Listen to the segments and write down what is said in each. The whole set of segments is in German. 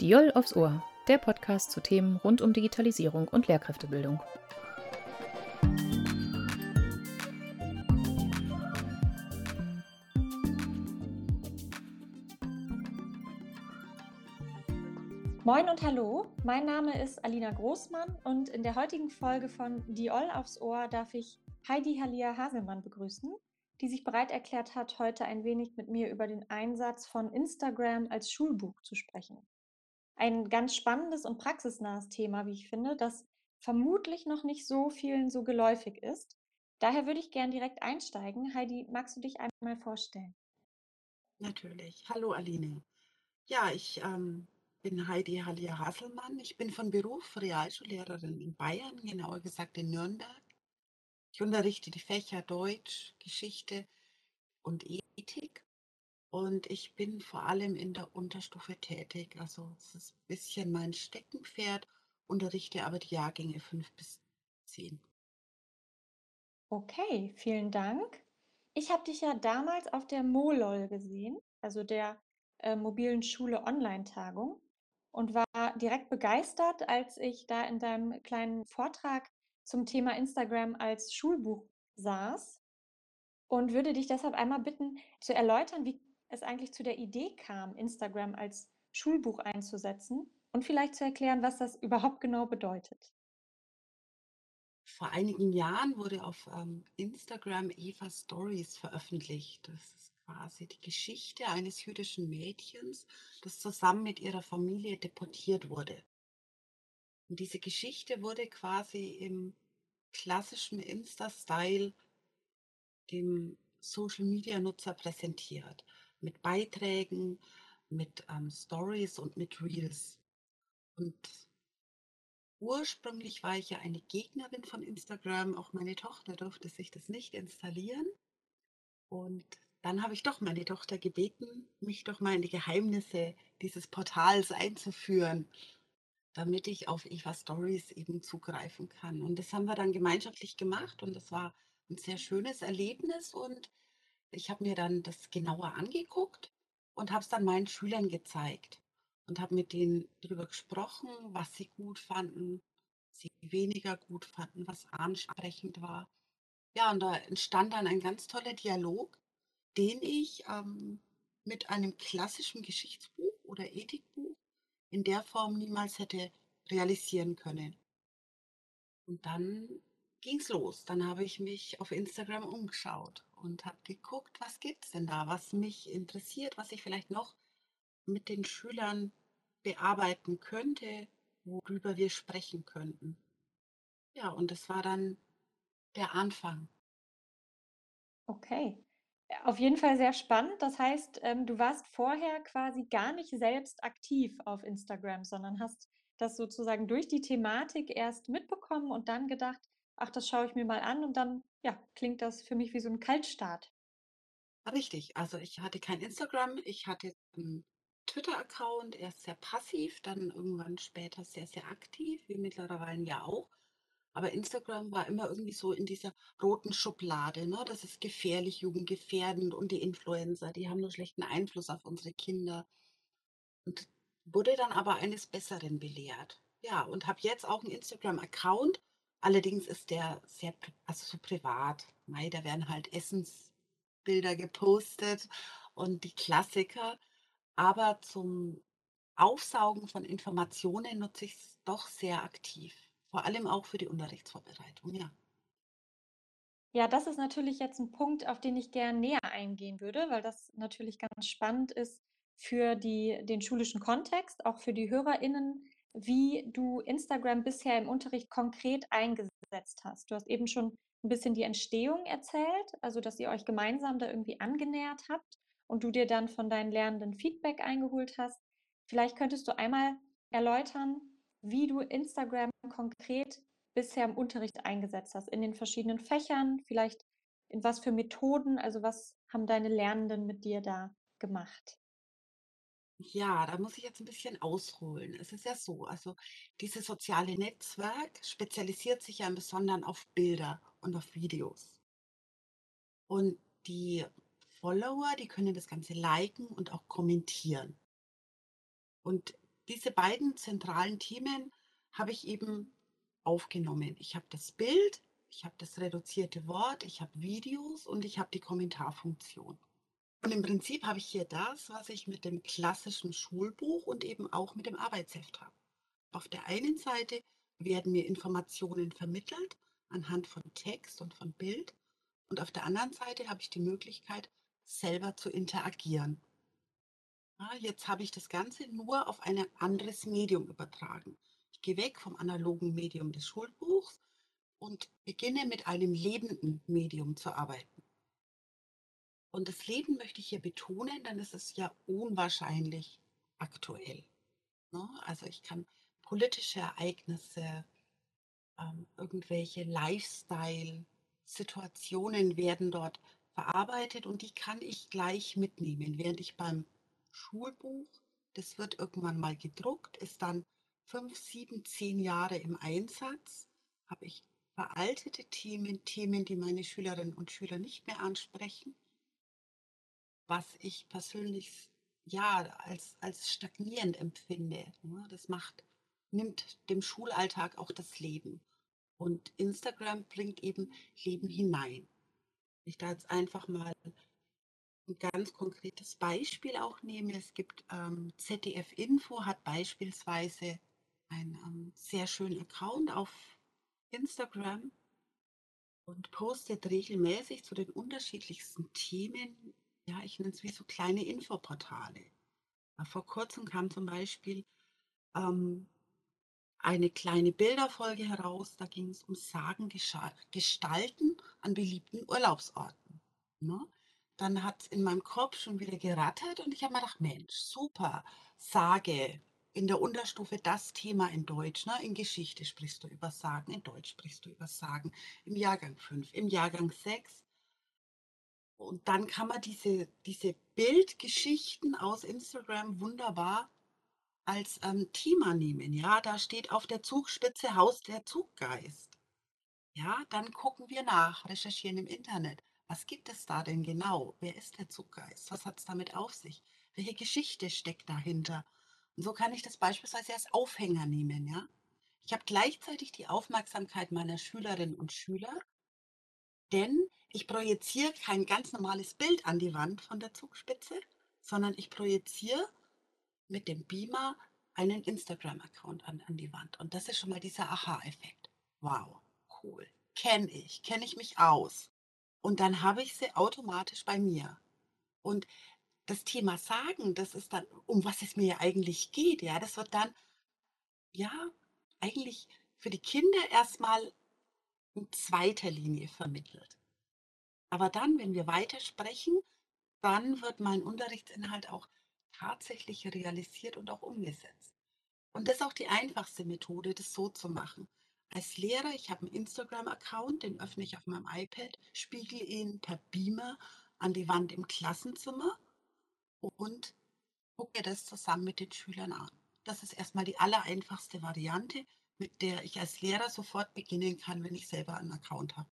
Die Joll aufs Ohr, der Podcast zu Themen rund um Digitalisierung und Lehrkräftebildung. Moin und hallo, mein Name ist Alina Großmann und in der heutigen Folge von Die Joll aufs Ohr darf ich Heidi Halia Haselmann begrüßen, die sich bereit erklärt hat, heute ein wenig mit mir über den Einsatz von Instagram als Schulbuch zu sprechen. Ein ganz spannendes und praxisnahes Thema, wie ich finde, das vermutlich noch nicht so vielen so geläufig ist. Daher würde ich gern direkt einsteigen. Heidi, magst du dich einmal vorstellen? Natürlich. Hallo Aline. Ja, ich bin Heidi Halia Hasselmann. Ich bin von Beruf Realschullehrerin in Bayern, genauer gesagt in Nürnberg. Ich unterrichte die Fächer Deutsch, Geschichte und Ethik und ich bin vor allem in der Unterstufe tätig. Also es ist ein bisschen mein Steckenpferd, unterrichte aber die Jahrgänge 5 bis 10. Okay, vielen Dank. Ich habe dich ja damals auf der MoLoL gesehen, also der mobilen Schule Online-Tagung, und war direkt begeistert, als ich da in deinem kleinen Vortrag zum Thema Instagram als Schulbuch saß und würde dich deshalb einmal bitten, zu erläutern, wie es eigentlich zu der Idee kam, Instagram als Schulbuch einzusetzen und vielleicht zu erklären, was das überhaupt genau bedeutet. Vor einigen Jahren wurde auf Instagram Eva Stories veröffentlicht. Das ist quasi die Geschichte eines jüdischen Mädchens, das zusammen mit ihrer Familie deportiert wurde. Und diese Geschichte wurde quasi im klassischen Insta-Style dem Social-Media-Nutzer präsentiert. Mit Beiträgen, mit Stories und mit Reels. Und ursprünglich war ich ja eine Gegnerin von Instagram. Auch meine Tochter durfte sich das nicht installieren. Und dann habe ich doch meine Tochter gebeten, mich doch mal in die Geheimnisse dieses Portals einzuführen, damit ich auf Eva Stories eben zugreifen kann. Und das haben wir dann gemeinschaftlich gemacht und das war ein sehr schönes Erlebnis. Und ich habe mir dann das genauer angeguckt und habe es dann meinen Schülern gezeigt und habe mit denen darüber gesprochen, was sie gut fanden, was sie weniger gut fanden, was ansprechend war. Ja, und da entstand dann ein ganz toller Dialog, den ich mit einem klassischen Geschichtsbuch oder Ethikbuch in der Form niemals hätte realisieren können. Und dann ging's los. Dann habe ich mich auf Instagram umgeschaut und habe geguckt, was gibt's denn da, was mich interessiert, was ich vielleicht noch mit den Schülern bearbeiten könnte, worüber wir sprechen könnten. Ja, und das war dann der Anfang. Okay. Auf jeden Fall sehr spannend. Das heißt, du warst vorher quasi gar nicht selbst aktiv auf Instagram, sondern hast das sozusagen durch die Thematik erst mitbekommen und dann gedacht, ach, das schaue ich mir mal an und dann, ja, klingt das für mich wie so ein Kaltstart. Richtig, also ich hatte kein Instagram, ich hatte einen Twitter-Account, erst sehr passiv, dann irgendwann später sehr, sehr aktiv, wie mittlerweile ja auch. Aber Instagram war immer irgendwie so in dieser roten Schublade, ne? Das ist gefährlich, jugendgefährdend und die Influencer, die haben nur schlechten Einfluss auf unsere Kinder. Und wurde dann aber eines Besseren belehrt. Ja, und habe jetzt auch einen Instagram-Account. Allerdings ist der sehr, also so privat. Mei, da werden halt Essensbilder gepostet und die Klassiker. Aber zum Aufsaugen von Informationen nutze ich es doch sehr aktiv. Vor allem auch für die Unterrichtsvorbereitung, ja. Ja, das ist natürlich jetzt ein Punkt, auf den ich gern näher eingehen würde, weil das natürlich ganz spannend ist für den schulischen Kontext, auch für die HörerInnen, wie du Instagram bisher im Unterricht konkret eingesetzt hast. Du hast eben schon ein bisschen die Entstehung erzählt, also dass ihr euch gemeinsam da irgendwie angenähert habt und du dir dann von deinen Lernenden Feedback eingeholt hast. Vielleicht könntest du einmal erläutern, wie du Instagram konkret bisher im Unterricht eingesetzt hast, in den verschiedenen Fächern, vielleicht in was für Methoden, also was haben deine Lernenden mit dir da gemacht? Ja, da muss ich jetzt ein bisschen ausholen. Es ist ja so, also dieses soziale Netzwerk spezialisiert sich ja im Besonderen auf Bilder und auf Videos. Und die Follower, die können das Ganze liken und auch kommentieren. Und diese beiden zentralen Themen habe ich eben aufgenommen. Ich habe das Bild, ich habe das reduzierte Wort, ich habe Videos und ich habe die Kommentarfunktion. Und im Prinzip habe ich hier das, was ich mit dem klassischen Schulbuch und eben auch mit dem Arbeitsheft habe. Auf der einen Seite werden mir Informationen vermittelt anhand von Text und von Bild und auf der anderen Seite habe ich die Möglichkeit, selber zu interagieren. Ja, jetzt habe ich das Ganze nur auf ein anderes Medium übertragen. Ich gehe weg vom analogen Medium des Schulbuchs und beginne mit einem lebenden Medium zu arbeiten. Und das Leben möchte ich hier betonen, denn es ist ja unwahrscheinlich aktuell. Ne? Also ich kann politische Ereignisse, irgendwelche Lifestyle-Situationen werden dort verarbeitet und die kann ich gleich mitnehmen, während ich beim Schulbuch, das wird irgendwann mal gedruckt, ist dann 5, 7, 10 Jahre im Einsatz, habe ich veraltete Themen, Themen, die meine Schülerinnen und Schüler nicht mehr ansprechen, was ich persönlich ja als stagnierend empfinde. Ne? Das nimmt dem Schulalltag auch das Leben. Und Instagram bringt eben Leben hinein. Ich da jetzt einfach mal ein ganz konkretes Beispiel auch nehme. Es gibt ZDF Info hat beispielsweise einen sehr schönen Account auf Instagram und postet regelmäßig zu den unterschiedlichsten Themen. Ja, ich nenne es wie so kleine Infoportale. Vor kurzem kam zum Beispiel ähm, eine kleine Bilderfolge heraus. Da ging es um Gestalten an beliebten Urlaubsorten. Ne? Dann hat es in meinem Kopf schon wieder gerattert und ich habe mir gedacht, Mensch, super, Sage. In der Unterstufe das Thema in Deutsch. Ne? In Geschichte sprichst du über Sagen, in Deutsch sprichst du über Sagen. Im Jahrgang 5, im Jahrgang 6. Und dann kann man diese Bildgeschichten aus Instagram wunderbar als Thema nehmen. Ja, da steht auf der Zugspitze haust der Zuggeist. Ja, dann gucken wir nach, recherchieren im Internet. Was gibt es da denn genau? Wer ist der Zuggeist? Was hat es damit auf sich? Welche Geschichte steckt dahinter? Und so kann ich das beispielsweise als Aufhänger nehmen. Ja, ich habe gleichzeitig die Aufmerksamkeit meiner Schülerinnen und Schüler, denn ich projiziere kein ganz normales Bild an die Wand von der Zugspitze, sondern ich projiziere mit dem Beamer einen Instagram-Account an die Wand. Und das ist schon mal dieser Aha-Effekt. Wow, cool. Kenne ich mich aus. Und dann habe ich sie automatisch bei mir. Und das Thema Sagen, das ist dann, um was es mir ja eigentlich geht, ja, das wird dann, ja, eigentlich für die Kinder erstmal in zweiter Linie vermittelt. Aber dann, wenn wir weitersprechen, dann wird mein Unterrichtsinhalt auch tatsächlich realisiert und auch umgesetzt. Und das ist auch die einfachste Methode, das so zu machen. Als Lehrer, ich habe einen Instagram-Account, den öffne ich auf meinem iPad, spiegel ihn per Beamer an die Wand im Klassenzimmer und gucke das zusammen mit den Schülern an. Das ist erstmal die allereinfachste Variante, mit der ich als Lehrer sofort beginnen kann, wenn ich selber einen Account habe.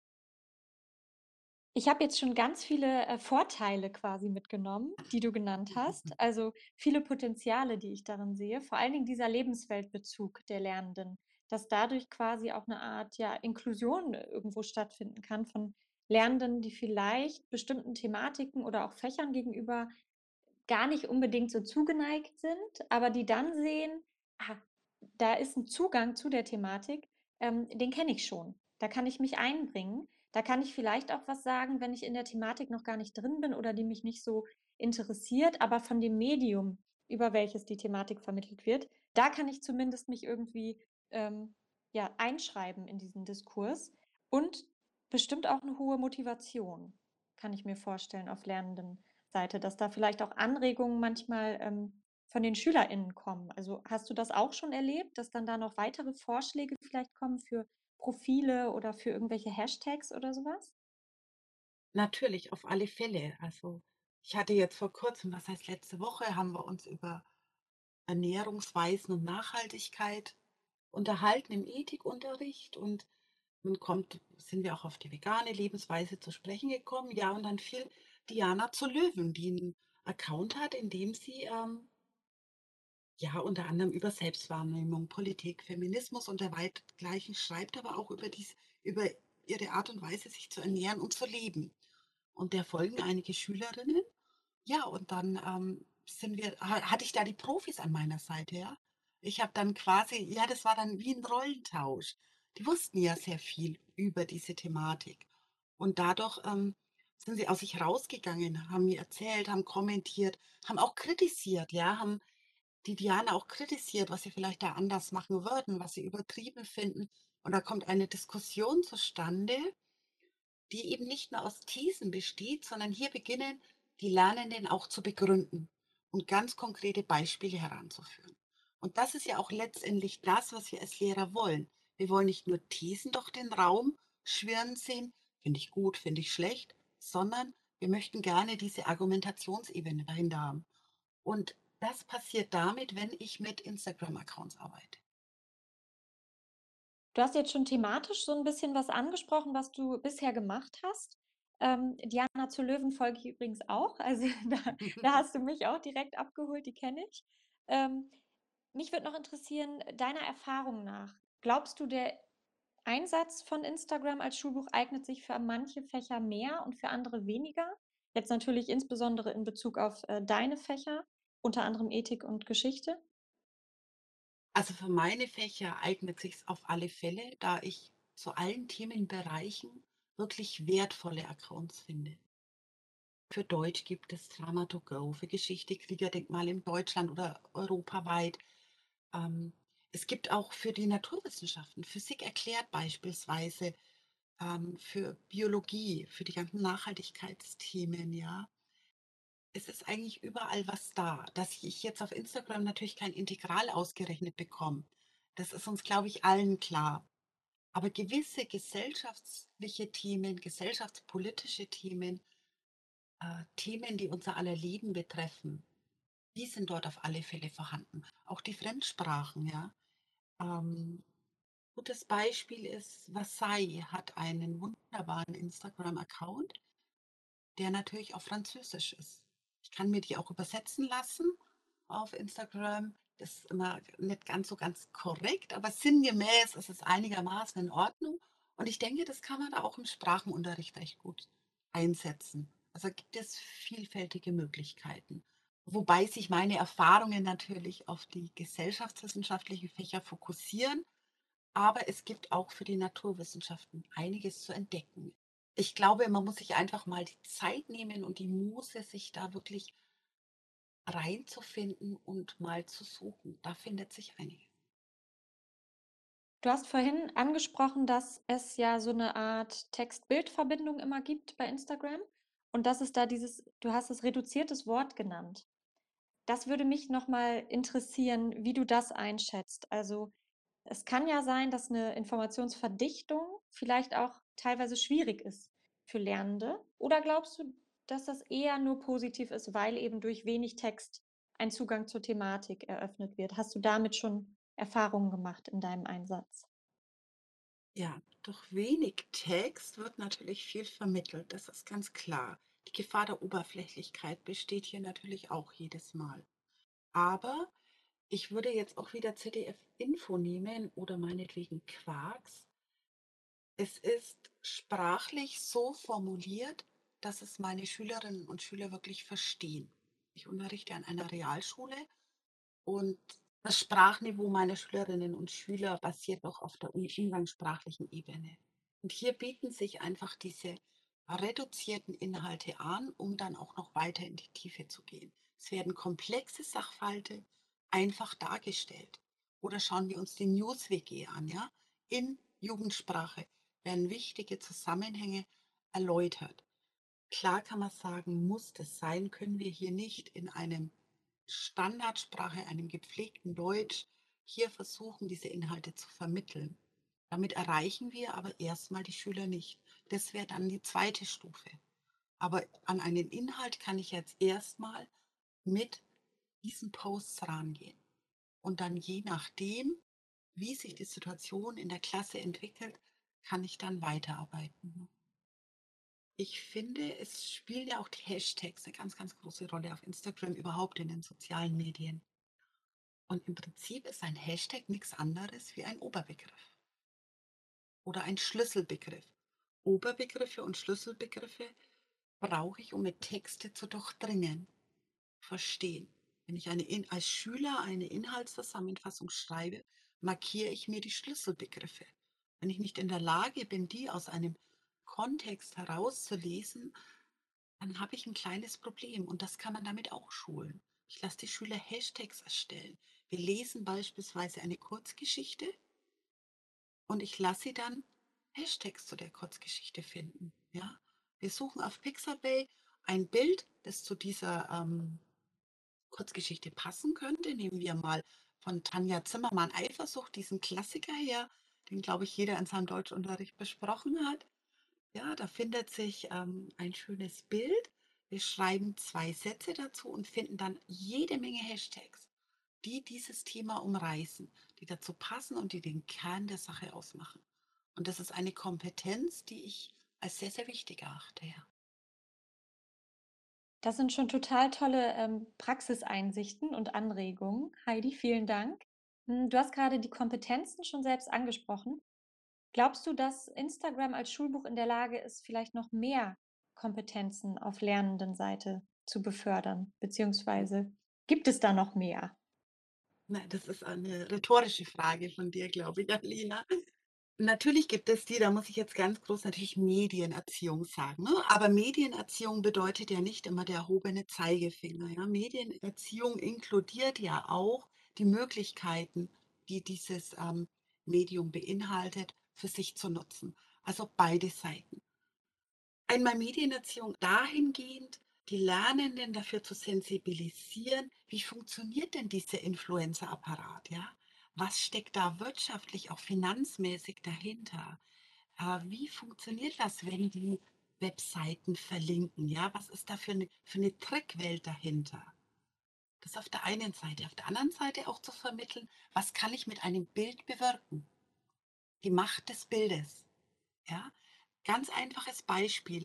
Ich habe jetzt schon ganz viele Vorteile quasi mitgenommen, die du genannt hast. Also viele Potenziale, die ich darin sehe. Vor allen Dingen dieser Lebensweltbezug der Lernenden, dass dadurch quasi auch eine Art ja, Inklusion irgendwo stattfinden kann von Lernenden, die vielleicht bestimmten Thematiken oder auch Fächern gegenüber gar nicht unbedingt so zugeneigt sind, aber die dann sehen, ah, da ist ein Zugang zu der Thematik, den kenne ich schon. Da kann ich mich einbringen. Da kann ich vielleicht auch was sagen, wenn ich in der Thematik noch gar nicht drin bin oder die mich nicht so interessiert, aber von dem Medium, über welches die Thematik vermittelt wird, da kann ich zumindest mich irgendwie ja, einschreiben in diesen Diskurs und bestimmt auch eine hohe Motivation, kann ich mir vorstellen, auf Lernenden Seite, dass da vielleicht auch Anregungen manchmal von den SchülerInnen kommen. Also hast du das auch schon erlebt, dass dann da noch weitere Vorschläge vielleicht kommen für Profile oder für irgendwelche Hashtags oder sowas? Natürlich, auf alle Fälle. Also ich hatte jetzt vor kurzem, was heißt letzte Woche, haben wir uns über Ernährungsweisen und Nachhaltigkeit unterhalten im Ethikunterricht und nun sind wir auch auf die vegane Lebensweise zu sprechen gekommen. Ja, und dann fiel Diana zu Löwen, die einen Account hat, in dem sie Ja, unter anderem über Selbstwahrnehmung, Politik, Feminismus und dergleichen, schreibt aber auch über ihre Art und Weise, sich zu ernähren und zu leben. Und der folgen einige Schülerinnen. Ja, und dann hatte ich da die Profis an meiner Seite, ja. Ich habe dann quasi, ja, das war dann wie ein Rollentausch. Die wussten ja sehr viel über diese Thematik. Und dadurch sind sie aus sich rausgegangen, haben mir erzählt, haben kommentiert, haben auch kritisiert, ja, haben die Diana auch kritisiert, was sie vielleicht da anders machen würden, was sie übertrieben finden. Und da kommt eine Diskussion zustande, die eben nicht nur aus Thesen besteht, sondern hier beginnen die Lernenden auch zu begründen und ganz konkrete Beispiele heranzuführen. Und das ist ja auch letztendlich das, was wir als Lehrer wollen. Wir wollen nicht nur Thesen durch den Raum schwirren sehen, finde ich gut, finde ich schlecht, sondern wir möchten gerne diese Argumentationsebene dahinter haben. Und das passiert damit, wenn ich mit Instagram-Accounts arbeite. Du hast jetzt schon thematisch so ein bisschen was angesprochen, was du bisher gemacht hast. Diana zur Löwen folge ich übrigens auch. Also da hast du mich auch direkt abgeholt, die kenne ich. Ähm, Mich würde noch interessieren, deiner Erfahrung nach, glaubst du, der Einsatz von Instagram als Schulbuch eignet sich für manche Fächer mehr und für andere weniger? Jetzt natürlich insbesondere in Bezug auf deine Fächer, unter anderem Ethik und Geschichte. Also für meine Fächer eignet sich auf alle Fälle, da ich zu allen Themenbereichen wirklich wertvolle Accounts finde. Für Deutsch gibt es Drama2Go, für Geschichte Kriegerdenkmal in Deutschland oder europaweit. Ähm, Es gibt auch für die Naturwissenschaften, Physik erklärt beispielsweise, für Biologie, für die ganzen Nachhaltigkeitsthemen, ja. Es ist eigentlich überall was da. Dass ich jetzt auf Instagram natürlich kein Integral ausgerechnet bekomme, das ist uns, glaube ich, allen klar. Aber gewisse gesellschaftliche Themen, gesellschaftspolitische Themen, Themen, die unser aller Leben betreffen, die sind dort auf alle Fälle vorhanden. Auch die Fremdsprachen, ja. Ähm, Gutes Beispiel ist, Versailles hat einen wunderbaren Instagram-Account, der natürlich auf Französisch ist. Ich kann mir die auch übersetzen lassen auf Instagram. Das ist immer nicht ganz so ganz korrekt, aber sinngemäß ist es einigermaßen in Ordnung. Und ich denke, das kann man da auch im Sprachenunterricht recht gut einsetzen. Also gibt es vielfältige Möglichkeiten. Wobei sich meine Erfahrungen natürlich auf die gesellschaftswissenschaftlichen Fächer fokussieren, aber es gibt auch für die Naturwissenschaften einiges zu entdecken. Ich glaube, man muss sich einfach mal die Zeit nehmen und die Muße, sich da wirklich reinzufinden und mal zu suchen. Da findet sich einiges. Du hast vorhin angesprochen, dass es ja so eine Art Text-Bild-Verbindung immer gibt bei Instagram und dass es da dieses, du hast es reduziertes Wort genannt. Das würde mich noch mal interessieren, wie du das einschätzt. Also, es kann ja sein, dass eine Informationsverdichtung vielleicht auch teilweise schwierig ist für Lernende. Oder glaubst du, dass das eher nur positiv ist, weil eben durch wenig Text ein Zugang zur Thematik eröffnet wird? Hast du damit schon Erfahrungen gemacht in deinem Einsatz? Ja, durch wenig Text wird natürlich viel vermittelt, das ist ganz klar. Die Gefahr der Oberflächlichkeit besteht hier natürlich auch jedes Mal. Aber ich würde jetzt auch wieder ZDF Info nehmen oder meinetwegen Quarks. Es ist sprachlich so formuliert, dass es meine Schülerinnen und Schüler wirklich verstehen. Ich unterrichte an einer Realschule und das Sprachniveau meiner Schülerinnen und Schüler basiert auch auf der umgangssprachlichen Ebene. Und hier bieten sich einfach diese reduzierten Inhalte an, um dann auch noch weiter in die Tiefe zu gehen. Es werden komplexe Sachverhalte einfach dargestellt. Oder schauen wir uns die News-WG an, ja? In Jugendsprache werden wichtige Zusammenhänge erläutert. Klar kann man sagen, muss das sein, können wir hier nicht in einem Standardsprache, einem gepflegten Deutsch, hier versuchen, diese Inhalte zu vermitteln. Damit erreichen wir aber erstmal die Schüler nicht. Das wäre dann die zweite Stufe. Aber an einen Inhalt kann ich jetzt erstmal mit diesen Posts rangehen. Und dann je nachdem, wie sich die Situation in der Klasse entwickelt, kann ich dann weiterarbeiten. Ich finde, es spielen ja auch die Hashtags eine ganz, ganz große Rolle auf Instagram, überhaupt in den sozialen Medien. Und im Prinzip ist ein Hashtag nichts anderes wie ein Oberbegriff oder ein Schlüsselbegriff. Oberbegriffe und Schlüsselbegriffe brauche ich, um mit Texte zu durchdringen, verstehen. Wenn ich als Schüler eine Inhaltszusammenfassung schreibe, markiere ich mir die Schlüsselbegriffe. Wenn ich nicht in der Lage bin, die aus einem Kontext herauszulesen, dann habe ich ein kleines Problem und das kann man damit auch schulen. Ich lasse die Schüler Hashtags erstellen. Wir lesen beispielsweise eine Kurzgeschichte und ich lasse sie dann Hashtags zu der Kurzgeschichte finden. Ja? Wir suchen auf Pixabay ein Bild, das zu dieser Kurzgeschichte passen könnte. Nehmen wir mal von Tanja Zimmermann Eifersucht, diesen Klassiker her, den, glaube ich, jeder in seinem Deutschunterricht besprochen hat. Ja, da findet sich ein schönes Bild. Wir schreiben 2 Sätze dazu und finden dann jede Menge Hashtags, die dieses Thema umreißen, die dazu passen und die den Kern der Sache ausmachen. Und das ist eine Kompetenz, die ich als sehr, sehr wichtig erachte. Ja. Das sind schon total tolle Praxiseinsichten und Anregungen. Heidi, vielen Dank. Du hast gerade die Kompetenzen schon selbst angesprochen. Glaubst du, dass Instagram als Schulbuch in der Lage ist, vielleicht noch mehr Kompetenzen auf Lernendenseite zu befördern? Beziehungsweise gibt es da noch mehr? Na, das ist eine rhetorische Frage von dir, glaube ich, Alina. Natürlich gibt es die, da muss ich jetzt ganz groß natürlich Medienerziehung sagen. Ne? Aber Medienerziehung bedeutet ja nicht immer der erhobene Zeigefinger. Ja? Medienerziehung inkludiert ja auch die Möglichkeiten, die dieses Medium beinhaltet, für sich zu nutzen. Also beide Seiten. Einmal Medienerziehung dahingehend, die Lernenden dafür zu sensibilisieren, wie funktioniert denn dieser Influencer-Apparat, ja? Was steckt da wirtschaftlich, auch finanzmäßig dahinter? Wie funktioniert das, wenn die Webseiten verlinken, ja? Was ist da für eine Trickwelt dahinter? Das auf der einen Seite. Auf der anderen Seite auch zu vermitteln, was kann ich mit einem Bild bewirken? Die Macht des Bildes, ja? Ganz einfaches Beispiel.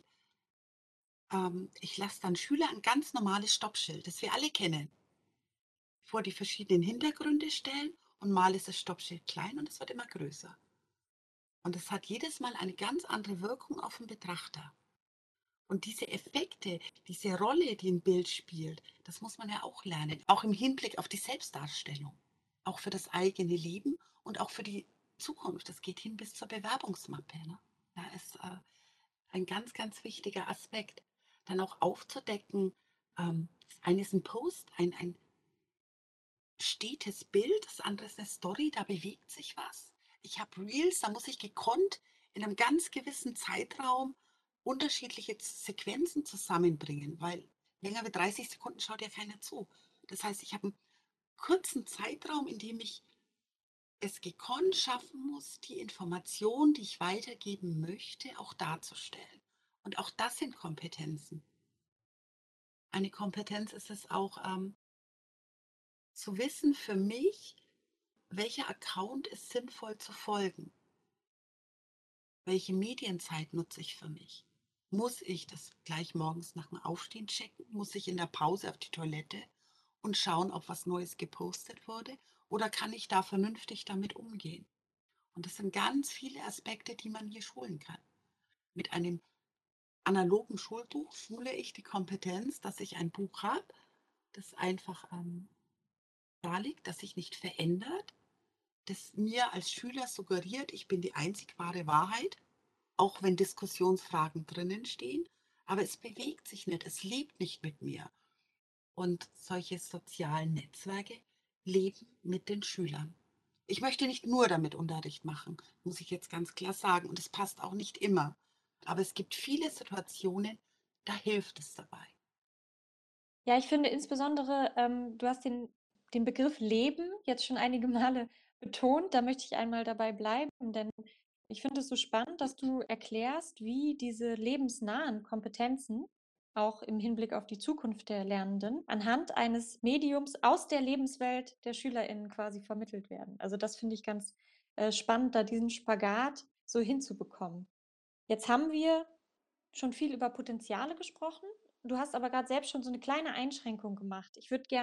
Ich lasse dann Schüler ein ganz normales Stoppschild, das wir alle kennen, vor die verschiedenen Hintergründe stellen und mal ist das Stoppschild klein und es wird immer größer. Und es hat jedes Mal eine ganz andere Wirkung auf den Betrachter. Und diese Effekte, diese Rolle, die ein Bild spielt, das muss man ja auch lernen, auch im Hinblick auf die Selbstdarstellung, auch für das eigene Leben und auch für die Zukunft. Das geht hin bis zur Bewerbungsmappe. Ne? Da ist ein ganz, ganz wichtiger Aspekt, dann auch aufzudecken. Das eine ist ein Post, ein stetes Bild, das andere ist eine Story, da bewegt sich was. Ich habe Reels, da muss ich gekonnt in einem ganz gewissen Zeitraum unterschiedliche Sequenzen zusammenbringen, weil länger wie 30 Sekunden schaut ja keiner zu. Das heißt, ich habe einen kurzen Zeitraum, in dem ich es gekonnt schaffen muss, die Information, die ich weitergeben möchte, auch darzustellen. Und auch das sind Kompetenzen. Eine Kompetenz ist es auch, zu wissen für mich, welcher Account ist sinnvoll zu folgen. Welche Medienzeit nutze ich für mich? Muss ich das gleich morgens nach dem Aufstehen checken? Muss ich in der Pause auf die Toilette und schauen, ob was Neues gepostet wurde? Oder kann ich da vernünftig damit umgehen? Und das sind ganz viele Aspekte, die man hier schulen kann. Mit einem analogen Schulbuch schule ich die Kompetenz, dass ich ein Buch habe, das einfach da liegt, das sich nicht verändert, das mir als Schüler suggeriert, ich bin die einzig wahre Wahrheit, auch wenn Diskussionsfragen drinnen stehen, aber es bewegt sich nicht, es lebt nicht mit mir. Und solche sozialen Netzwerke leben mit den Schülern. Ich möchte nicht nur damit Unterricht machen, muss ich jetzt ganz klar sagen, und es passt auch nicht immer. Aber es gibt viele Situationen, da hilft es dabei. Ja, ich finde insbesondere, du hast den Begriff Leben jetzt schon einige Male betont. Da möchte ich einmal dabei bleiben, denn ich finde es so spannend, dass du erklärst, wie diese lebensnahen Kompetenzen auch im Hinblick auf die Zukunft der Lernenden anhand eines Mediums aus der Lebenswelt der SchülerInnen quasi vermittelt werden. Also das finde ich ganz spannend, da diesen Spagat so hinzubekommen. Jetzt haben wir schon viel über Potenziale gesprochen. Du hast aber gerade selbst schon so eine kleine Einschränkung gemacht. Ich würde gern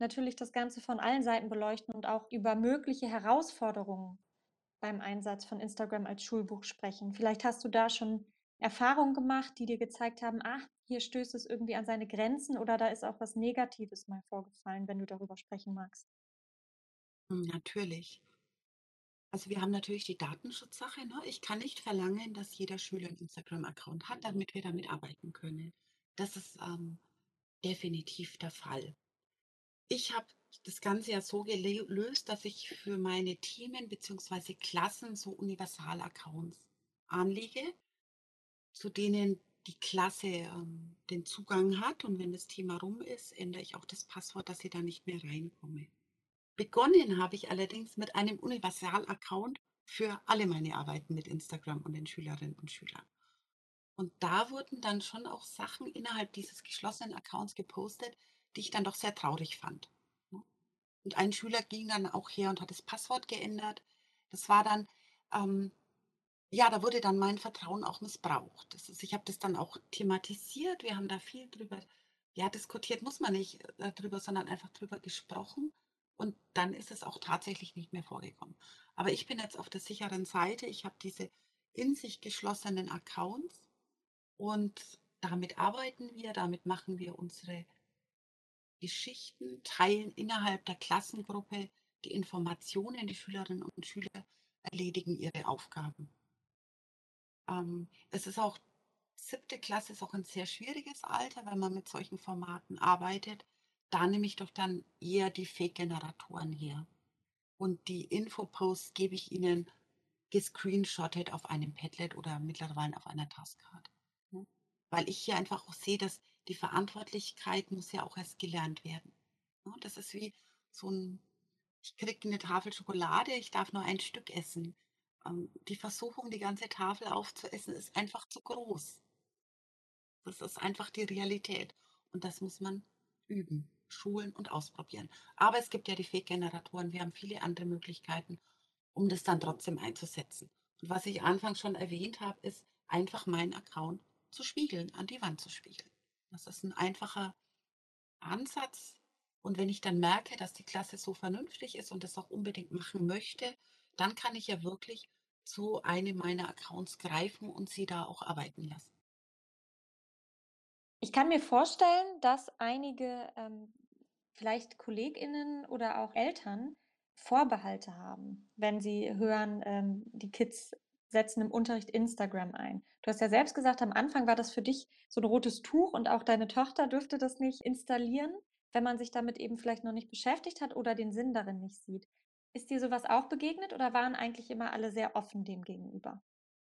natürlich das Ganze von allen Seiten beleuchten und auch über mögliche Herausforderungen beim Einsatz von Instagram als Schulbuch sprechen. Vielleicht hast du da schon Erfahrungen gemacht, die dir gezeigt haben, ach, hier stößt es irgendwie an seine Grenzen oder da ist auch was Negatives mal vorgefallen, wenn du darüber sprechen magst. Natürlich. Also wir haben natürlich die Datenschutzsache, ne? Ich kann nicht verlangen, dass jeder Schüler 'n Instagram-Account hat, damit wir damit arbeiten können. Das ist, definitiv der Fall. Ich habe das Ganze ja so gelöst, dass ich für meine Themen beziehungsweise Klassen so Universal-Accounts anlege, zu denen die Klasse, den Zugang hat, und wenn das Thema rum ist, ändere ich auch das Passwort, dass sie da nicht mehr reinkommen. Begonnen habe ich allerdings mit einem Universal-Account für alle meine Arbeiten mit Instagram und den Schülerinnen und Schülern. Und da wurden dann schon auch Sachen innerhalb dieses geschlossenen Accounts gepostet, die ich dann doch sehr traurig fand, ne? Und ein Schüler ging dann auch her und hat das Passwort geändert. Das war dann, ähm, ja, da wurde dann mein Vertrauen auch missbraucht. Das ist, ich habe das dann auch thematisiert. Wir haben da viel drüber, ja, diskutiert, muss man nicht drüber, sondern einfach drüber gesprochen. Und dann ist es auch tatsächlich nicht mehr vorgekommen. Aber ich bin jetzt auf der sicheren Seite. Ich habe diese in sich geschlossenen Accounts und damit arbeiten wir, damit machen wir unsere Geschichten, teilen innerhalb der Klassengruppe die Informationen. Die Schülerinnen und Schüler erledigen ihre Aufgaben. Es ist auch, siebte Klasse ist auch ein sehr schwieriges Alter, wenn man mit solchen Formaten arbeitet. Da nehme ich doch dann eher die Fake-Generatoren her. Und die Infoposts gebe ich ihnen gescreenshottet auf einem Padlet oder mittlerweile auf einer Taskcard, ne? Weil ich hier einfach auch sehe, dass die Verantwortlichkeit muss ja auch erst gelernt werden, ne? Das ist wie so ein, ich kriege eine Tafel Schokolade, ich darf nur ein Stück essen. Die Versuchung, die ganze Tafel aufzuessen, ist einfach zu groß. Das ist einfach die Realität. Und das muss man üben, schulen und ausprobieren. Aber es gibt ja die Fake-Generatoren. Wir haben viele andere Möglichkeiten, um das dann trotzdem einzusetzen. Und was ich anfangs schon erwähnt habe, ist einfach meinen Account zu spiegeln, an die Wand zu spiegeln. Das ist ein einfacher Ansatz. Und wenn ich dann merke, dass die Klasse so vernünftig ist und das auch unbedingt machen möchte, dann kann ich ja wirklich zu einem meiner Accounts greifen und sie da auch arbeiten lassen. Ich kann mir vorstellen, dass einige, vielleicht KollegInnen oder auch Eltern Vorbehalte haben, wenn sie hören, die Kids setzen im Unterricht Instagram ein. Du hast ja selbst gesagt, am Anfang war das für dich so ein rotes Tuch und auch deine Tochter dürfte das nicht installieren, wenn man sich damit eben vielleicht noch nicht beschäftigt hat oder den Sinn darin nicht sieht. Ist dir sowas auch begegnet oder waren eigentlich immer alle sehr offen dem gegenüber?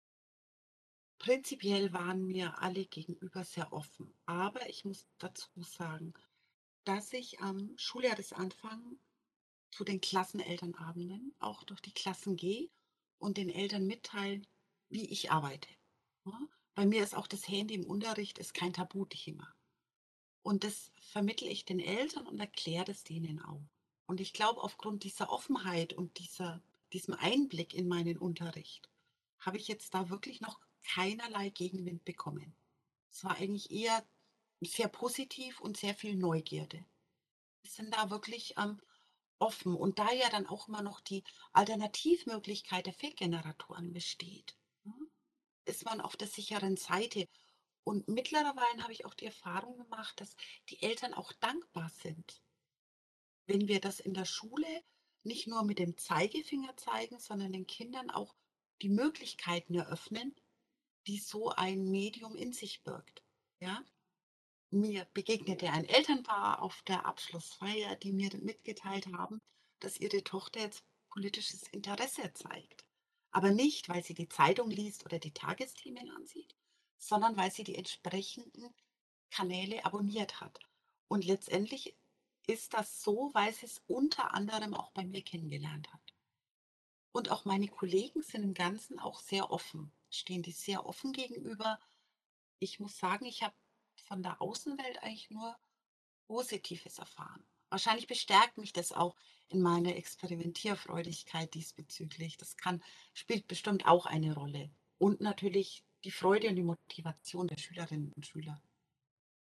Prinzipiell waren mir alle gegenüber sehr offen. Aber ich muss dazu sagen, dass ich am Schuljahresanfang zu den Klassenelternabenden auch durch die Klassen gehe und den Eltern mitteile, wie ich arbeite, ne? Bei mir ist auch das Handy im Unterricht ist kein Tabuthema. Und das vermittle ich den Eltern und erkläre das denen auch. Und ich glaube, aufgrund dieser Offenheit und diesem Einblick in meinen Unterricht habe ich jetzt da wirklich noch keinerlei Gegenwind bekommen. Es war eigentlich eher sehr positiv und sehr viel Neugierde. Wir sind da wirklich offen. Und da ja dann auch immer noch die Alternativmöglichkeit der Fake-Generatoren besteht, ne, ist man auf der sicheren Seite. Und mittlerweile habe ich auch die Erfahrung gemacht, dass die Eltern auch dankbar sind, wenn wir das in der Schule nicht nur mit dem Zeigefinger zeigen, sondern den Kindern auch die Möglichkeiten eröffnen, die so ein Medium in sich birgt. Ja? Mir begegnete ein Elternpaar auf der Abschlussfeier, die mir mitgeteilt haben, dass ihre Tochter jetzt politisches Interesse zeigt. Aber nicht, weil sie die Zeitung liest oder die Tagesthemen ansieht, sondern weil sie die entsprechenden Kanäle abonniert hat. Und letztendlich ist das so, weil sie es unter anderem auch bei mir kennengelernt hat. Und auch meine Kollegen sind im Ganzen auch sehr offen, stehen die sehr offen gegenüber. Ich muss sagen, ich habe von der Außenwelt eigentlich nur Positives erfahren. Wahrscheinlich bestärkt mich das auch in meiner Experimentierfreudigkeit diesbezüglich. Spielt bestimmt auch eine Rolle. Und natürlich die Freude und die Motivation der Schülerinnen und Schüler.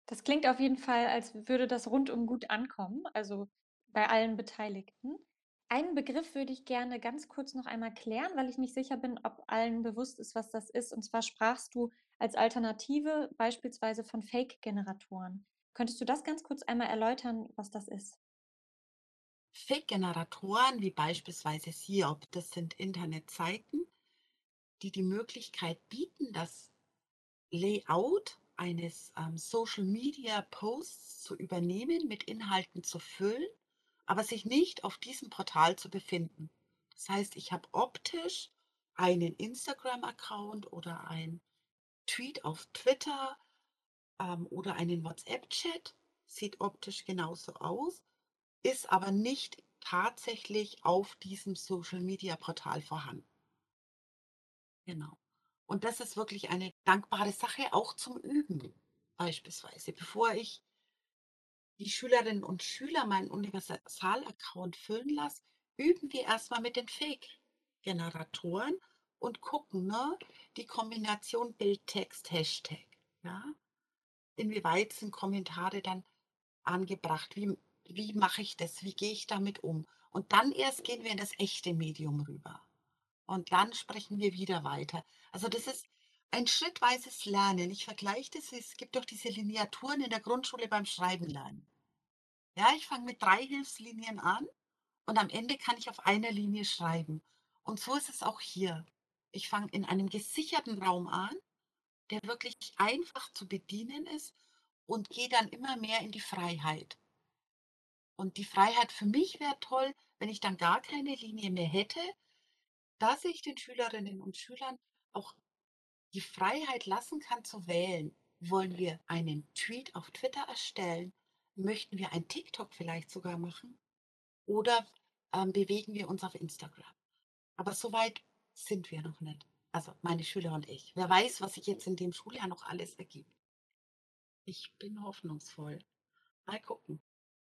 Das klingt auf jeden Fall, als würde das rundum gut ankommen, also bei allen Beteiligten. Einen Begriff würde ich gerne ganz kurz noch einmal klären, weil ich nicht sicher bin, ob allen bewusst ist, was das ist. Und zwar sprachst du als Alternative beispielsweise von Fake-Generatoren. Könntest du das ganz kurz einmal erläutern, was das ist? Fake-Generatoren wie beispielsweise Siop, das sind Internetseiten, die die Möglichkeit bieten, das Layout eines Social-Media-Posts zu übernehmen, mit Inhalten zu füllen, aber sich nicht auf diesem Portal zu befinden. Das heißt, ich habe optisch einen Instagram-Account oder einen Tweet auf Twitter oder einen WhatsApp-Chat, sieht optisch genauso aus, ist aber nicht tatsächlich auf diesem Social-Media-Portal vorhanden. Genau. Und das ist wirklich eine dankbare Sache, auch zum Üben beispielsweise. Bevor ich die Schülerinnen und Schüler meinen Universal-Account füllen lasse, üben wir erstmal mit den Fake-Generatoren und gucken, ne, die Kombination Bild, Text, Hashtag. Ja? Inwieweit sind Kommentare dann angebracht? Wie mache ich das? Wie gehe ich damit um? Und dann erst gehen wir in das echte Medium rüber. Und dann sprechen wir wieder weiter. Also das ist ein schrittweises Lernen. Ich vergleiche das, es gibt doch diese Lineaturen in der Grundschule beim Schreiben lernen. Ja, ich fange mit 3 Hilfslinien an und am Ende kann ich auf einer Linie schreiben. Und so ist es auch hier. Ich fange in einem gesicherten Raum an, der wirklich einfach zu bedienen ist und gehe dann immer mehr in die Freiheit. Und die Freiheit für mich wäre toll, wenn ich dann gar keine Linie mehr hätte, dass ich den Schülerinnen und Schülern auch die Freiheit lassen kann zu wählen. Wollen wir einen Tweet auf Twitter erstellen? Möchten wir ein TikTok vielleicht sogar machen? Oder bewegen wir uns auf Instagram? Aber so weit sind wir noch nicht. Also meine Schüler und ich. Wer weiß, was sich jetzt in dem Schuljahr noch alles ergibt. Ich bin hoffnungsvoll. Mal gucken.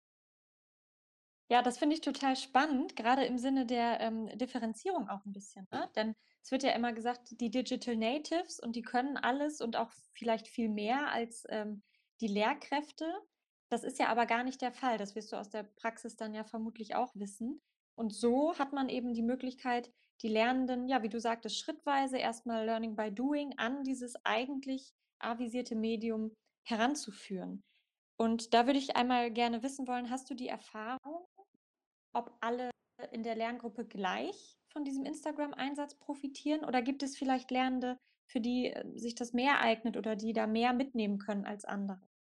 Ja, das finde ich total spannend, gerade im Sinne der Differenzierung auch ein bisschen, ne? Denn es wird ja immer gesagt, die Digital Natives und die können alles und auch vielleicht viel mehr als die Lehrkräfte. Das ist ja aber gar nicht der Fall. Das wirst du aus der Praxis dann ja vermutlich auch wissen. Und so hat man eben die Möglichkeit, die Lernenden, ja, wie du sagtest, schrittweise erstmal Learning by Doing an dieses eigentlich avisierte Medium heranzuführen. Und da würde ich einmal gerne wissen wollen, hast du die Erfahrung, ob alle in der Lerngruppe gleich von diesem Instagram-Einsatz profitieren oder gibt es vielleicht Lernende, für die sich das mehr eignet oder die da mehr mitnehmen können als andere?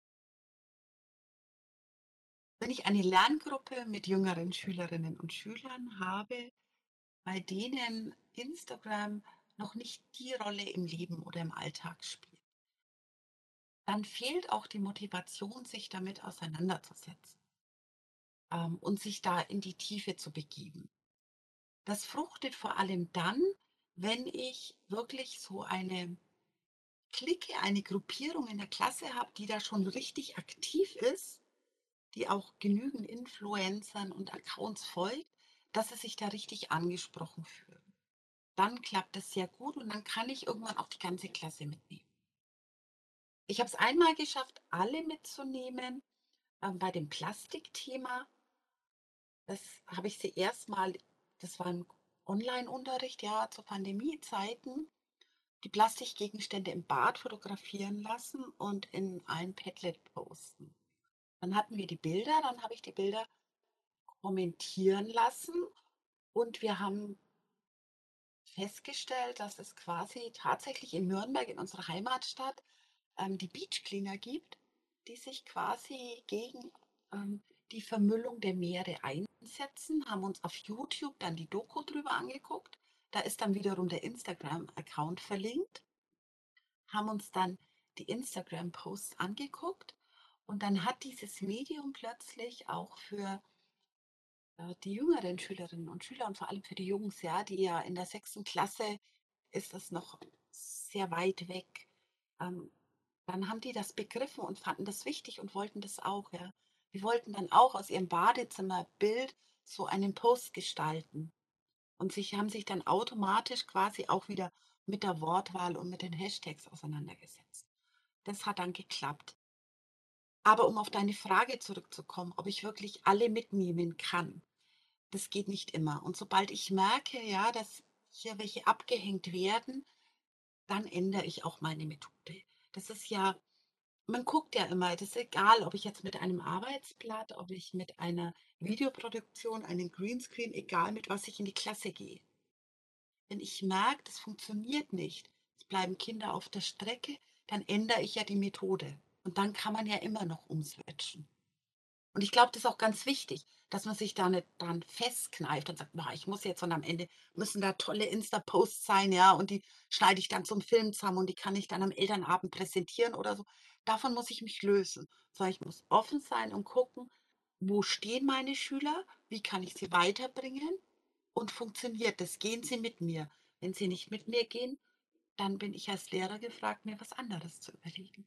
Wenn ich eine Lerngruppe mit jüngeren Schülerinnen und Schülern habe, bei denen Instagram noch nicht die Rolle im Leben oder im Alltag spielt, dann fehlt auch die Motivation, sich damit auseinanderzusetzen und sich da in die Tiefe zu begeben. Das fruchtet vor allem dann, wenn ich wirklich so eine Clique, eine Gruppierung in der Klasse habe, die da schon richtig aktiv ist, die auch genügend Influencern und Accounts folgt, dass sie sich da richtig angesprochen fühlen. Dann klappt das sehr gut und dann kann ich irgendwann auch die ganze Klasse mitnehmen. Ich habe es einmal geschafft, alle mitzunehmen bei dem Plastikthema. Das habe ich sie erstmal, das war ein Online-Unterricht, ja, zu Pandemiezeiten, die Plastikgegenstände im Bad fotografieren lassen und in ein Padlet posten. Dann hatten wir die Bilder, dann habe ich die Bilder kommentieren lassen und wir haben festgestellt, dass es quasi tatsächlich in Nürnberg, in unserer Heimatstadt, die Beach Cleaner gibt, die sich quasi gegen ähm, die Vermüllung der Meere einsetzen, haben uns auf YouTube dann die Doku drüber angeguckt. Da ist dann wiederum der Instagram-Account verlinkt, haben uns dann die Instagram-Posts angeguckt und dann hat dieses Medium plötzlich auch für die jüngeren Schülerinnen und Schüler und vor allem für die Jungs, ja, die ja in der 6. Klasse ist das noch sehr weit weg. Ähm, Dann haben die das begriffen und fanden das wichtig und wollten das auch, ja. Die wollten dann auch aus ihrem Badezimmerbild so einen Post gestalten und haben sich dann automatisch quasi auch wieder mit der Wortwahl und mit den Hashtags auseinandergesetzt. Das hat dann geklappt. Aber um auf deine Frage zurückzukommen, ob ich wirklich alle mitnehmen kann, das geht nicht immer. Und sobald ich merke, ja, dass hier welche abgehängt werden, dann ändere ich auch meine Methode. Das ist ja, man guckt ja immer, das ist egal, ob ich jetzt mit einem Arbeitsblatt, ob ich mit einer Videoproduktion, einem Greenscreen, egal mit was ich in die Klasse gehe. Wenn ich merke, das funktioniert nicht, es bleiben Kinder auf der Strecke, dann ändere ich ja die Methode. Und dann kann man ja immer noch umswitchen. Und ich glaube, das ist auch ganz wichtig, dass man sich da nicht dran festkneift und sagt, boah, ich muss jetzt und am Ende müssen da tolle Insta-Posts sein, ja, und die schneide ich dann zum Film zusammen und die kann ich dann am Elternabend präsentieren oder so. Davon muss ich mich lösen. Sondern ich muss offen sein und gucken, wo stehen meine Schüler, wie kann ich sie weiterbringen und funktioniert das? Gehen sie mit mir? Wenn sie nicht mit mir gehen, dann bin ich als Lehrer gefragt, mir was anderes zu überlegen.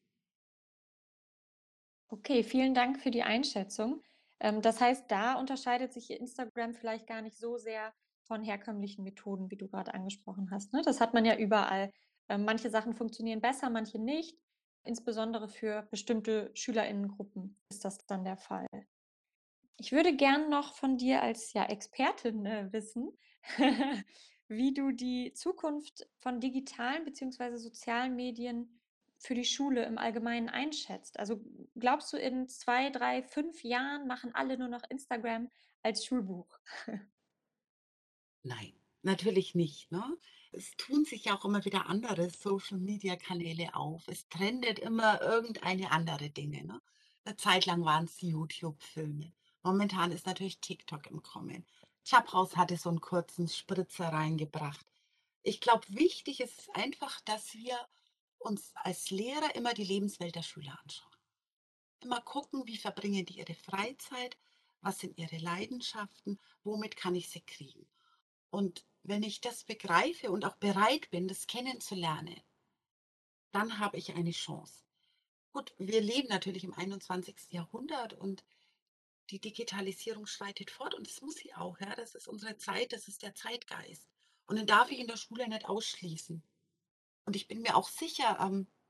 Okay, vielen Dank für die Einschätzung. Das heißt, da unterscheidet sich Instagram vielleicht gar nicht so sehr von herkömmlichen Methoden, wie du gerade angesprochen hast, ne? Das hat man ja überall. Manche Sachen funktionieren besser, manche nicht. Insbesondere für bestimmte SchülerInnengruppen ist das dann der Fall. Ich würde gern noch von dir als, ja, Expertin, wissen, wie du die Zukunft von digitalen beziehungsweise sozialen Medien für die Schule im Allgemeinen einschätzt. Also, glaubst du, in 2, 3, 5 Jahren machen alle nur noch Instagram als Schulbuch? Nein, natürlich nicht, ne? Es tun sich ja auch immer wieder andere Social-Media-Kanäle auf. Es trendet immer irgendeine andere Dinge, ne? 'Ne Zeit lang waren's YouTube-Filme. Momentan ist natürlich TikTok im Kommen. Clubhouse hatte so 'n kurzen Spritzer reingebracht. Ich glaube, wichtig ist es einfach, dass wir uns als Lehrer immer die Lebenswelt der Schüler anschauen. Immer gucken, wie verbringen die ihre Freizeit, was sind ihre Leidenschaften, womit kann ich sie kriegen? Und wenn ich das begreife und auch bereit bin, das kennenzulernen, dann habe ich eine Chance. Gut, wir leben natürlich im 21. Jahrhundert und die Digitalisierung schreitet fort und das muss sie auch, ja. Das ist unsere Zeit, das ist der Zeitgeist. Und den darf ich in der Schule nicht ausschließen. Und ich bin mir auch sicher,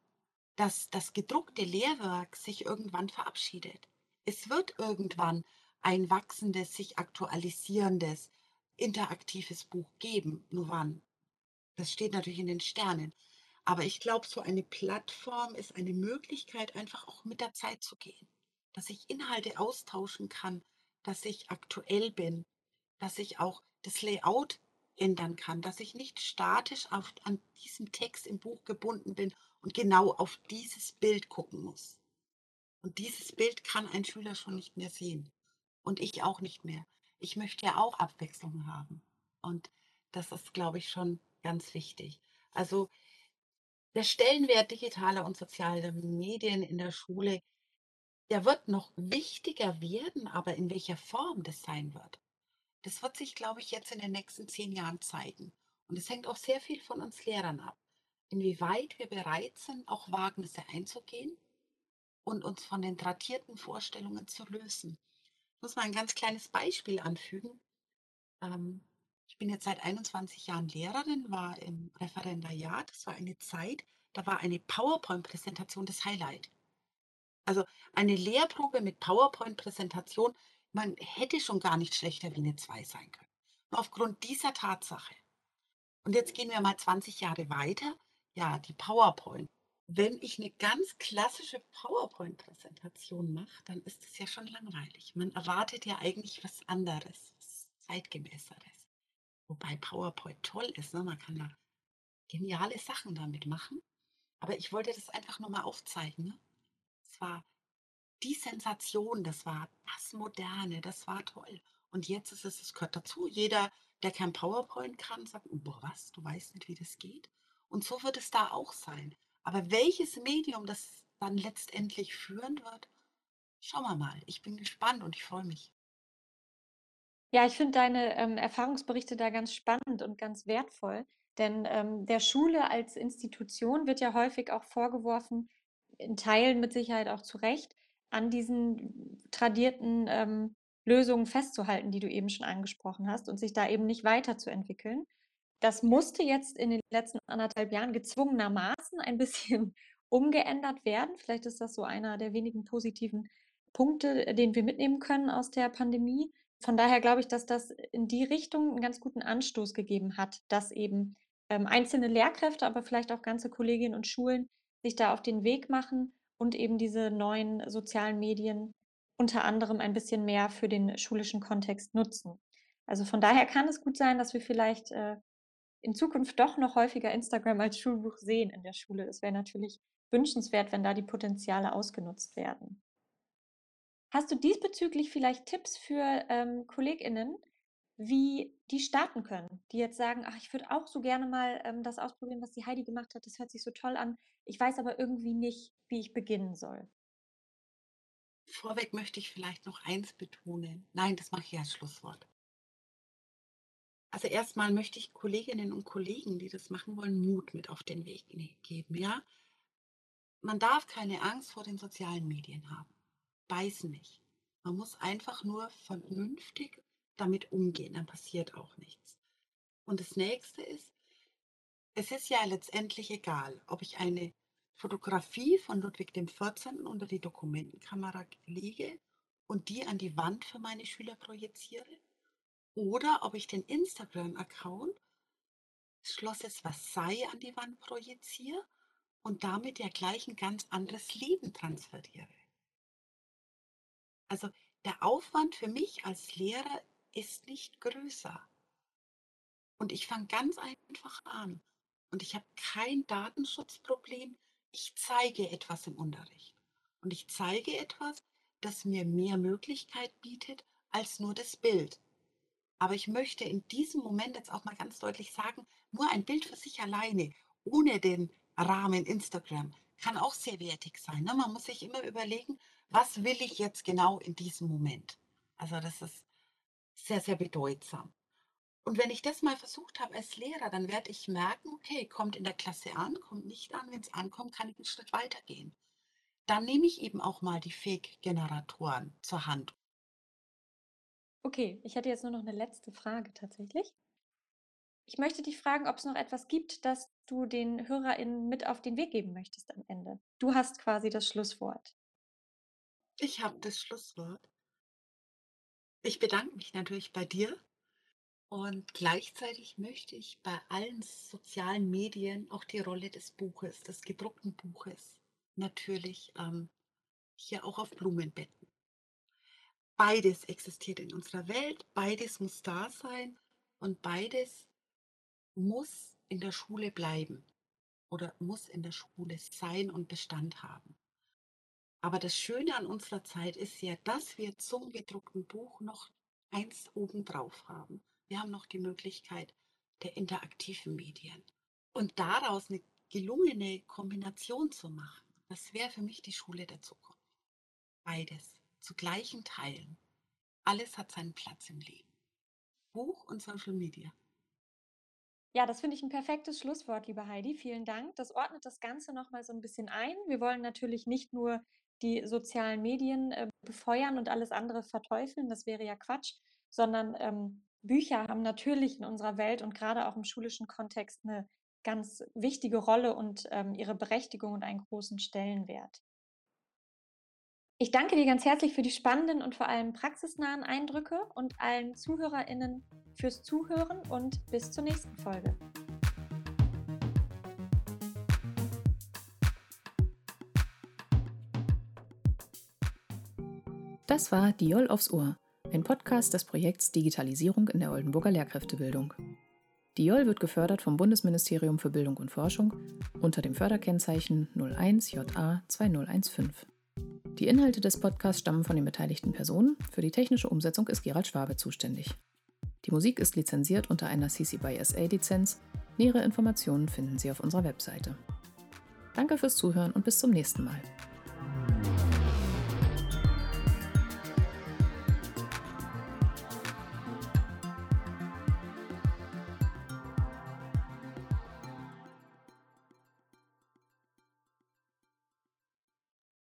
dass das gedruckte Lehrwerk sich irgendwann verabschiedet. Es wird irgendwann ein wachsendes, sich aktualisierendes, interaktives Buch geben. Nur wann? Das steht natürlich in den Sternen. Aber ich glaube, so eine Plattform ist eine Möglichkeit, einfach auch mit der Zeit zu gehen. Dass ich Inhalte austauschen kann, dass ich aktuell bin, dass ich auch das Layout ändern kann, dass ich nicht statisch an diesem Text im Buch gebunden bin und genau auf dieses Bild gucken muss. Und dieses Bild kann ein Schüler schon nicht mehr sehen. Und ich auch nicht mehr. Ich möchte ja auch Abwechslung haben. Und das ist, glaube ich, schon ganz wichtig. Also der Stellenwert digitaler und sozialer Medien in der Schule, der wird noch wichtiger werden, aber in welcher Form das sein wird, das wird sich, glaube ich, jetzt in den nächsten 10 Jahren zeigen. Und es hängt auch sehr viel von uns Lehrern ab, inwieweit wir bereit sind, auch Wagnisse einzugehen und uns von den tradierten Vorstellungen zu lösen. Ich muss mal ein ganz kleines Beispiel anfügen. Ähm, Ich bin jetzt seit 21 Jahren Lehrerin, war im Referendariat. Das war eine Zeit, da war eine PowerPoint-Präsentation das Highlight. Also eine Lehrprobe mit PowerPoint-Präsentation, man hätte schon gar nicht schlechter wie eine 2 sein können. Nur aufgrund dieser Tatsache. Und jetzt gehen wir mal 20 Jahre weiter. Ja, die PowerPoint. Wenn ich eine ganz klassische PowerPoint-Präsentation mache, dann ist es ja schon langweilig. Man erwartet ja eigentlich was anderes, was Zeitgemäßeres. Wobei PowerPoint toll ist, ne? Man kann da geniale Sachen damit machen. Aber ich wollte das einfach nur mal aufzeigen, ne? Es war die Sensation, das war das Moderne, das war toll. Und jetzt ist es gehört dazu. Jeder, der kein PowerPoint kann, sagt: „Oh, boah, was, du weißt nicht, wie das geht?“ Und so wird es da auch sein. Aber welches Medium das dann letztendlich führen wird, schauen wir mal. Ich bin gespannt und ich freue mich. Ja, ich finde deine, Erfahrungsberichte da ganz spannend und ganz wertvoll, denn, der Schule als Institution wird ja häufig auch vorgeworfen, in Teilen mit Sicherheit auch zu Recht, an diesen tradierten, Lösungen festzuhalten, die du eben schon angesprochen hast und sich da eben nicht weiterzuentwickeln. Das musste jetzt in den letzten 1,5 Jahren gezwungenermaßen ein bisschen umgeändert werden. Vielleicht ist das so einer der wenigen positiven Punkte, den wir mitnehmen können aus der Pandemie. Von daher glaube ich, dass das in die Richtung einen ganz guten Anstoß gegeben hat, dass eben einzelne Lehrkräfte, aber vielleicht auch ganze Kolleginnen und Schulen sich da auf den Weg machen und eben diese neuen sozialen Medien unter anderem ein bisschen mehr für den schulischen Kontext nutzen. Also von daher kann es gut sein, dass wir vielleicht in Zukunft doch noch häufiger Instagram als Schulbuch sehen in der Schule. Das wäre natürlich wünschenswert, wenn da die Potenziale ausgenutzt werden. Hast du diesbezüglich vielleicht Tipps für KollegInnen, wie die starten können, die jetzt sagen, ach, ich würde auch so gerne mal das ausprobieren, was die Heidi gemacht hat, das hört sich so toll an, ich weiß aber irgendwie nicht, wie ich beginnen soll. Vorweg möchte ich vielleicht noch eins betonen. Nein, das mache ich als Schlusswort. Also erstmal möchte ich Kolleginnen und Kollegen, die das machen wollen, Mut mit auf den Weg geben. Ja? Man darf keine Angst vor den sozialen Medien haben. Beißen nicht. Man muss einfach nur vernünftig damit umgehen, dann passiert auch nichts. Und das nächste ist, es ist ja letztendlich egal, ob ich eine Fotografie von Ludwig XIV. Unter die Dokumentenkamera lege und die an die Wand für meine Schüler projiziere oder ob ich den Instagram-Account Schlosses Versailles an die Wand projiziere und damit ja gleich ein ganz anderes Leben transferiere. Also der Aufwand für mich als Lehrer ist nicht größer. Und ich fange ganz einfach an. Und ich habe kein Datenschutzproblem. Ich zeige etwas im Unterricht. Und ich zeige etwas, das mir mehr Möglichkeit bietet als nur das Bild. Aber ich möchte in diesem Moment jetzt auch mal ganz deutlich sagen, nur ein Bild für sich alleine, ohne den Rahmen Instagram, kann auch sehr wertig sein. Ne? Man muss sich immer überlegen, was will ich jetzt genau in diesem Moment. Also das ist sehr, sehr bedeutsam. Und wenn ich das mal versucht habe als Lehrer, dann werde ich merken, okay, kommt in der Klasse an, kommt nicht an. Wenn es ankommt, kann ich einen Schritt weitergehen. Dann nehme ich eben auch mal die Fake-Generatoren zur Hand. Okay, ich hätte jetzt nur noch eine letzte Frage tatsächlich. Ich möchte dich fragen, ob es noch etwas gibt, das du den HörerInnen mit auf den Weg geben möchtest am Ende. Du hast quasi das Schlusswort. Ich habe das Schlusswort. Ich bedanke mich natürlich bei dir und gleichzeitig möchte ich bei allen sozialen Medien auch die Rolle des Buches, des gedruckten Buches, natürlich hier auch auf Blumenbetten. Beides existiert in unserer Welt, beides muss da sein und beides muss in der Schule bleiben oder muss in der Schule sein und Bestand haben. Aber das Schöne an unserer Zeit ist ja, dass wir zum gedruckten Buch noch eins obendrauf haben. Wir haben noch die Möglichkeit der interaktiven Medien. Und daraus eine gelungene Kombination zu machen, das wäre für mich die Schule der Zukunft. Beides zu gleichen Teilen. Alles hat seinen Platz im Leben. Buch und Social Media. Ja, das finde ich ein perfektes Schlusswort, liebe Heidi. Vielen Dank. Das ordnet das Ganze noch mal so ein bisschen ein. Wir wollen natürlich nicht nur die sozialen Medien befeuern und alles andere verteufeln, das wäre ja Quatsch, sondern Bücher haben natürlich in unserer Welt und gerade auch im schulischen Kontext eine ganz wichtige Rolle und ihre Berechtigung und einen großen Stellenwert. Ich danke dir ganz herzlich für die spannenden und vor allem praxisnahen Eindrücke und allen ZuhörerInnen fürs Zuhören und bis zur nächsten Folge. Das war Die Joll aufs Ohr, ein Podcast des Projekts Digitalisierung in der Oldenburger Lehrkräftebildung. Die Joll wird gefördert vom Bundesministerium für Bildung und Forschung unter dem Förderkennzeichen 01JA2015. Die Inhalte des Podcasts stammen von den beteiligten Personen. Für die technische Umsetzung ist Gerald Schwabe zuständig. Die Musik ist lizenziert unter einer CC by SA-Lizenz. Nähere Informationen finden Sie auf unserer Webseite. Danke fürs Zuhören und bis zum nächsten Mal.